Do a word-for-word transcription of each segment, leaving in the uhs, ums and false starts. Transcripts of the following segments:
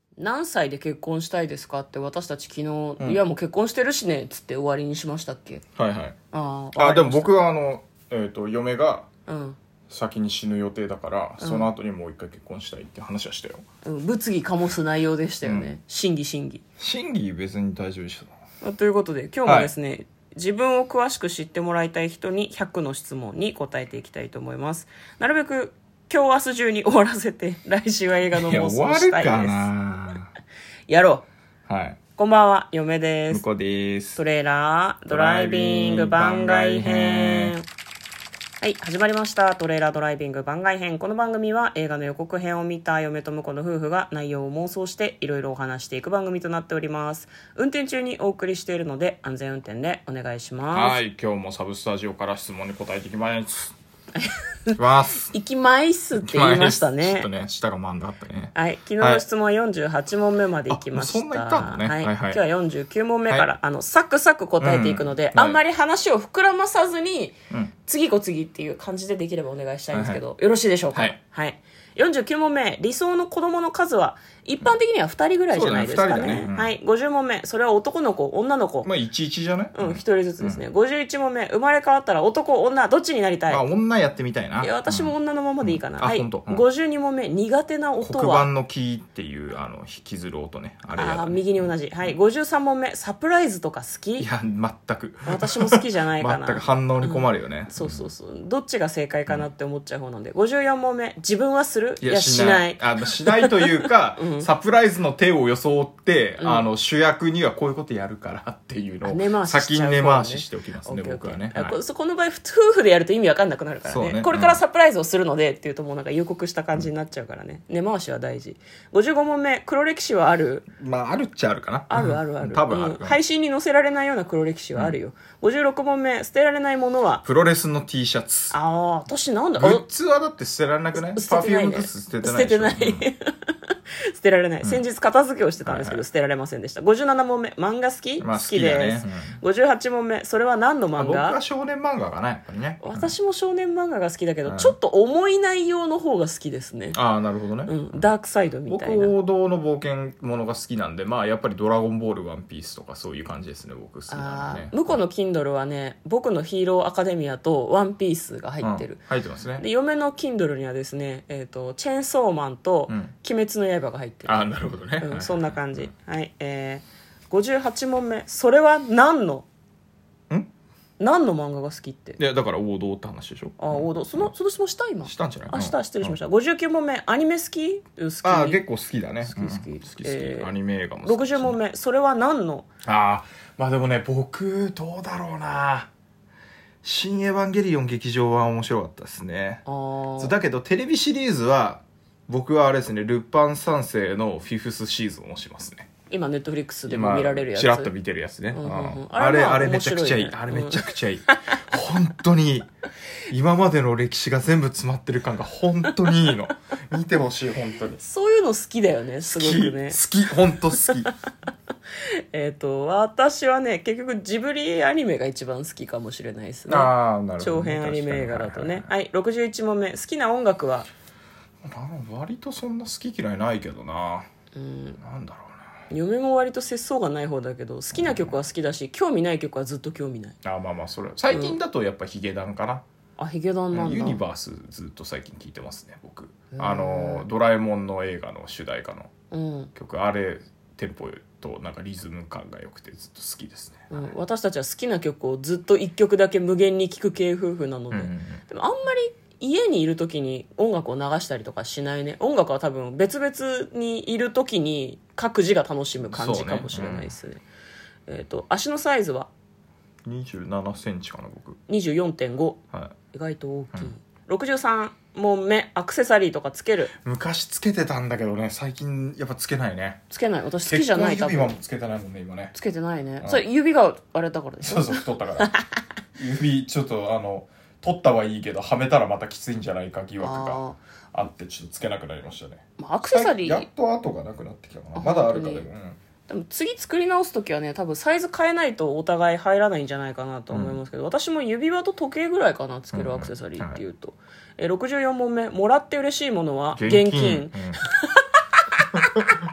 何歳で結婚したいですかって私たち昨日、 うん、 いやもう結婚してるしねっつって終わりにしましたっけ。 はいはい。 ああでも僕はあの、えー、と嫁がうん先に死ぬ予定だから、うん、その後にもう一回結婚したいって話はしたよ、 うん、物議醸す内容でしたよね、うん、審議審議審議別に大丈夫でした。 ということで今日もですね、はい、自分を詳しく知ってもらいたい人にひゃくの質問に答えていきたいと思います。なるべく今日明日中に終わらせて来週は映画の妄想したいです。 終わるかなやろう。はい。 こんばんは、嫁です。 向こうです。 トレーラードライビング番外編。はい、始まりました。トレーラードライビング番外編。この番組は映画の予告編を見た嫁と婿の夫婦が内容を妄想していろいろお話していく番組となっております。運転中にお送りしているので安全運転でお願いします。 はい、今日もサブスタジオから質問に答えていきます。いきます。 行きまいっすって言いましたね。 ちょっとね、舌がまんだったね。 はい、昨日の質問はよんじゅうはち問目まで行きました。 そんな行ったんだね。 はい、 はいはい、 今日はよんじゅうきゅう問目から、はい、あのサクサク答えていくので、 うん、 あんまり話を膨らまさずに、 うん、 次ご次っていう感じでできればお願いしたいんですけど、はいはい、よろしいでしょうか。はい、はい、よんじゅうきゅう問目、理想の子供の数は一般的にはふたりぐらいじゃないですかね。 そうだね、ふたりだね、うん、 はい、ごじゅう問目、それは男の子女の子、 まあいちいちじゃない、 うん、ひとりずつですね、うん、ごじゅういち問目、生まれ変わったら男女どっちになりたい。 あ、女やってみたいな。 いや私も女のままでいいかな、うん、はい、うん、ごじゅうに問目、苦手な音は黒板のキーっていうあの引きずる音ね、あれやだね。 あ、右に同じ、はい、ごじゅうさん問目、サプライズとか好き？ いや全く私も好きじゃないかな。 全く反応に困るよね、 うん、そうそうそう、どっちが正解かなって思っちゃう方なんで、ごじゅうよん問目、自分はする？いや、いやしないあのしないというか、うん、サプライズの手を装って、うん、あの主役にはこういうことやるからっていうのを先に根回ししておきますね、僕はね、はい、 こ, この場合夫婦でやると意味わかんなくなるから ね, ねこれからサプライズをするのでっていうともうなんか予告した感じになっちゃうからね、うん、根回しは大事。ごじゅうご問目、黒歴史はある？ まああるっちゃあるかな。 あるあるある、 多分ある、 うん、配信に載せられないような黒歴史はあるよ、うん、ごじゅうろく問目、捨てられないものは？ プロレスの T シャツ。 ああ、私なんだ、 グッズはだって捨てられなくない？ 捨ててないね、 パフュームグッズ捨ててないでしょ。 捨ててない、うん捨てられない、うん、先日片付けをしてたんですけど、はいはい、捨てられませんでした。ごじゅうなな問目、漫画好き？ まあ、 好きです、 ね、うん、 ごじゅうはち問目、それは何の漫画？ 僕は少年漫画かな、やっぱりね。 私も少年漫画が好きだけど、うん、ちょっと重い内容の方が好きですね。 ああ、なるほどね、 うん、ダークサイドみたいな。 僕王道の冒険ものが好きなんで、まあやっぱりドラゴンボール、ワンピースとかそういう感じですね、僕好きなんでね。 向こうの Kindle はね、僕のヒーローアカデミアとワンピースが入ってる、うん、 入ってますね。 で嫁の Kindle にはですね、えーと、チェーンソーマンと鬼滅の刃が入ってる、 うん、ああ、なるほどね、 うん、そんな感じ、はい、えー、ごじゅうはち問目、それは何のん何の漫画が好きって。 いやだから王道って話でしょ。 ああ、王道、そのその質問した今したんじゃない？ あ、した、失礼しました、うん、ごじゅうきゅう問目、アニメ好き？好き。 ああ、結構好きだね。 好き好き、 うん、好き好き、 えー、 アニメ映画も好き、 ろくじゅう問目、それは何の？ ああ、まあでもね、僕どうだろうな、新エヴァンゲリオン劇場は面白かったですね。 ああ、 だけどテレビシリーズは僕はあれですね、ルパン三世のフィフスシーズンをしますね。 今ネットフリックスでも見られるやつ、 チラッと見てるやつね、 うんうんうん、 あれ、 あれ、まあ、 あれめちゃくちゃいい、 ね、 あれめちゃくちゃいい、うん、本当に今までの歴史が全部詰まってる感が本当にいいの。見てほしい、本当に。 そういうの好きだよね、すごくね。 好き、本当好き。 えっと私はね、結局ジブリアニメが一番好きかもしれないですね。 ああ、なるほど、ね、 長編アニメ映画だとね。はい、はいはい、ろくじゅういち問目、好きな音楽は？ 割とそんな好き嫌いないけどな、 うん、 なんだろうな、 嫁も割と節操がない方だけど、好きな曲は好きだし、うん、興味ない曲はずっと興味ない。 あ、まあまあ、それ最近だとやっぱヒゲダンかな、うん、 あ、ヒゲダンなんだ。 ユニバースずっと最近聴いてますね、僕。あのドラえもんの映画の主題歌の曲、うん、あれテンポとなんかリズム感が良くてずっと好きですね、 うん、私たちは好きな曲をずっといっきょくだけ無限に聴く系夫婦なので、うんうんうん、でもあんまり家にいる時に音楽を流したりとかしないね。音楽は多分別々にいる時に各自が楽しむ感じかもしれないですね。うん、えっと足のサイズはにじゅうななセンチかな、僕。 にじゅうよんてんご、 はい、 意外と大きい。うん、ろくじゅうさん問目、アクセサリーとかつける？ 昔つけてたんだけどね、最近やっぱつけないね。 つけない、私好きじゃない。 結婚指輪もつけてないもんね、今ね。 つけてないね。うん、それ指があれだからでしょ。 そうそう、太ったから指ちょっとあの取ったはいいけどはめたらまたきついんじゃないか疑惑があって、ちょっとつけなくなりましたね。 まあ、アクセサリーやっと後がなくなってきたかな。まだあるかでも、うん、 でも次作り直す時はね、多分サイズ変えないとお互い入らないんじゃないかなと思いますけど、うん、私も指輪と時計ぐらいかな、つけるアクセサリーっていうと、うん、はい、えろくじゅうよん問目、もらって嬉しいものは？現金。現金、うん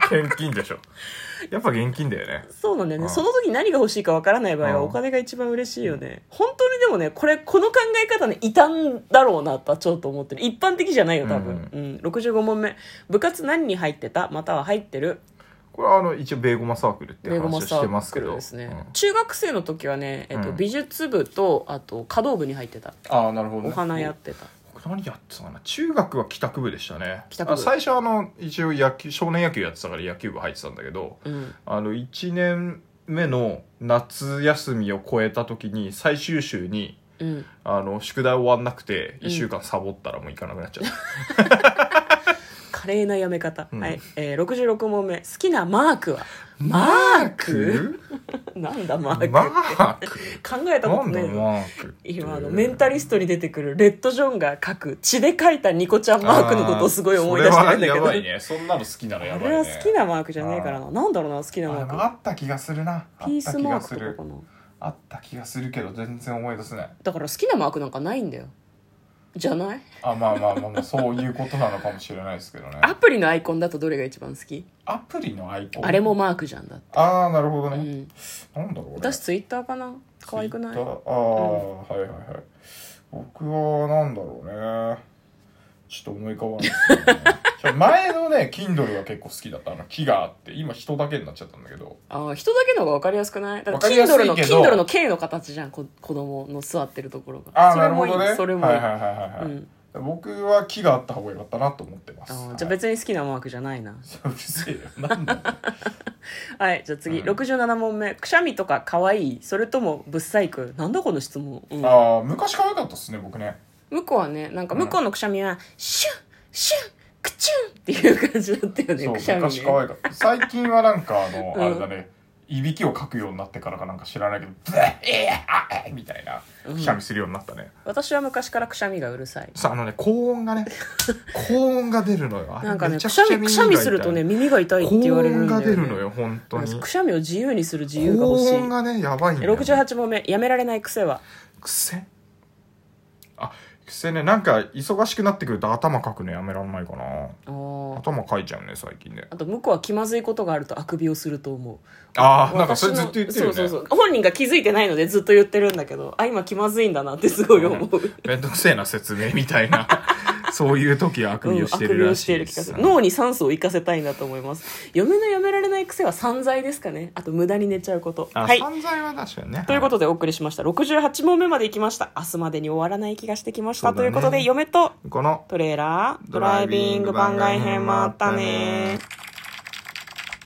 現金でしょ。やっぱ現金だよね。 そうなんだよね、 うん、 その時何が欲しいかわからない場合はお金が一番嬉しいよね、うん、本当に。でもね、これこの考え方ねいたんだろうなとはちょっと思ってる。一般的じゃないよ多分、うんうん、ろくじゅうご問目、部活何に入ってたまたは入ってる。 これはあの一応ベーゴマサークルって話をしてますけどですね、 うん、 中学生の時はね、えっと、美術部とあと華道部に入ってた。 ああなるほど、ね、 お花やってた。 何やってたかな。中学は帰宅部でしたね。 帰宅部。 あ最初はあの一応野球少年野球やってたから野球部入ってたんだけど、うん、あのいちねんめの夏休みを超えた時に最終週に、うん、あの宿題終わんなくていっしゅうかんサボったらもう行かなくなっちゃった、うん華麗なやめ方、うん、はい、えー、ろくじゅうろく問目、好きなマークはマークなんだマークってマーク考えたことねえの。今あのメンタリストに出てくるレッドジョンが書く血で書いたニコちゃんマークのことをすごい思い出してるんだけど。 それはやばいね。そんなの好きなのやばいね。 あれは好きなマークじゃねえからな。なんだろうな好きなマーク。 あった気がするな。 ピースマークとかかな。 あった気がするけど全然思い出せない。 だから好きなマークなんかないんだよ。じゃない？ あ、まあまあまあまあそういうことなのかもしれないですけどね。 アプリのアイコンだとどれが一番好き？ アプリのアイコン？ あれもマークじゃんだって。 ああなるほどね、うん、なんだろうね。 私ツイッターかな。可愛くない？ああ、うん、 はいはいはい。僕はなんだろうね。ちょっと思い浮かばないですけどね。前のね Kindle が結構好きだった。あの木があって今人だけになっちゃったんだけど。 ああ人だけの方が分かりやすくない？だから Kindle の Kindle の K の形じゃん。子供の座ってるところが。 ああなるほどね。 それもいい。 はいはいはいはい、はい、うん、僕は木があった方が良かったなと思ってます。 あ、じゃあ別に好きなマークじゃないな。 うるせえよ。なんだはいじゃあ次、うん、ろくじゅうなな問目、くしゃみとか可愛いそれともブッサイク。なんだこの質問、うん、 ああ昔可愛かったっすね僕ね。 向こうはねなんか向こうのくしゃみは、うん、シュッシュックチュンっていう感じだったよね。 そうくしゃみね昔可愛かった。最近はなんかあの、うん、あれだねいびきをかくようになってからかなんか知らないけどブッえーあえーみたいなくしゃみするようになったね、 うん、私は昔からくしゃみがうるさい。 さあのね高音がね高音が出るのよ。あれなんかねくしゃみくしゃみするとね耳が痛いって言われるんだよね。 高音が出るのよ本当に。 くしゃみを自由にする自由が欲しい。 高音がねやばいんだよ、ね、 ろくじゅうはち問目、やめられない癖は？ 癖あ癖ね、なんか忙しくなってくると頭かくのやめらんないかな。頭かいちゃうね最近ね。 あと向こうは気まずいことがあるとあくびをすると思う。 ああなんかそれずっと言ってるよね。 そうそうそう本人が気づいてないのでずっと言ってるんだけど、あ今気まずいんだなってすごい思う、うん、 めんどくせえな説明みたいなそういう時はあくびをしてるらしいです、 うん、脳に酸素を生かせたいんだと思います。嫁のやめられない癖は散財ですかね。あと無駄に寝ちゃうこと。 あ、はい、散財は確かにね。 ということでお送りしました。ろくじゅうはち問目までいきました。明日までに終わらない気がしてきました、ね、ということで嫁とこのトレーラードライビング番外編もあったね。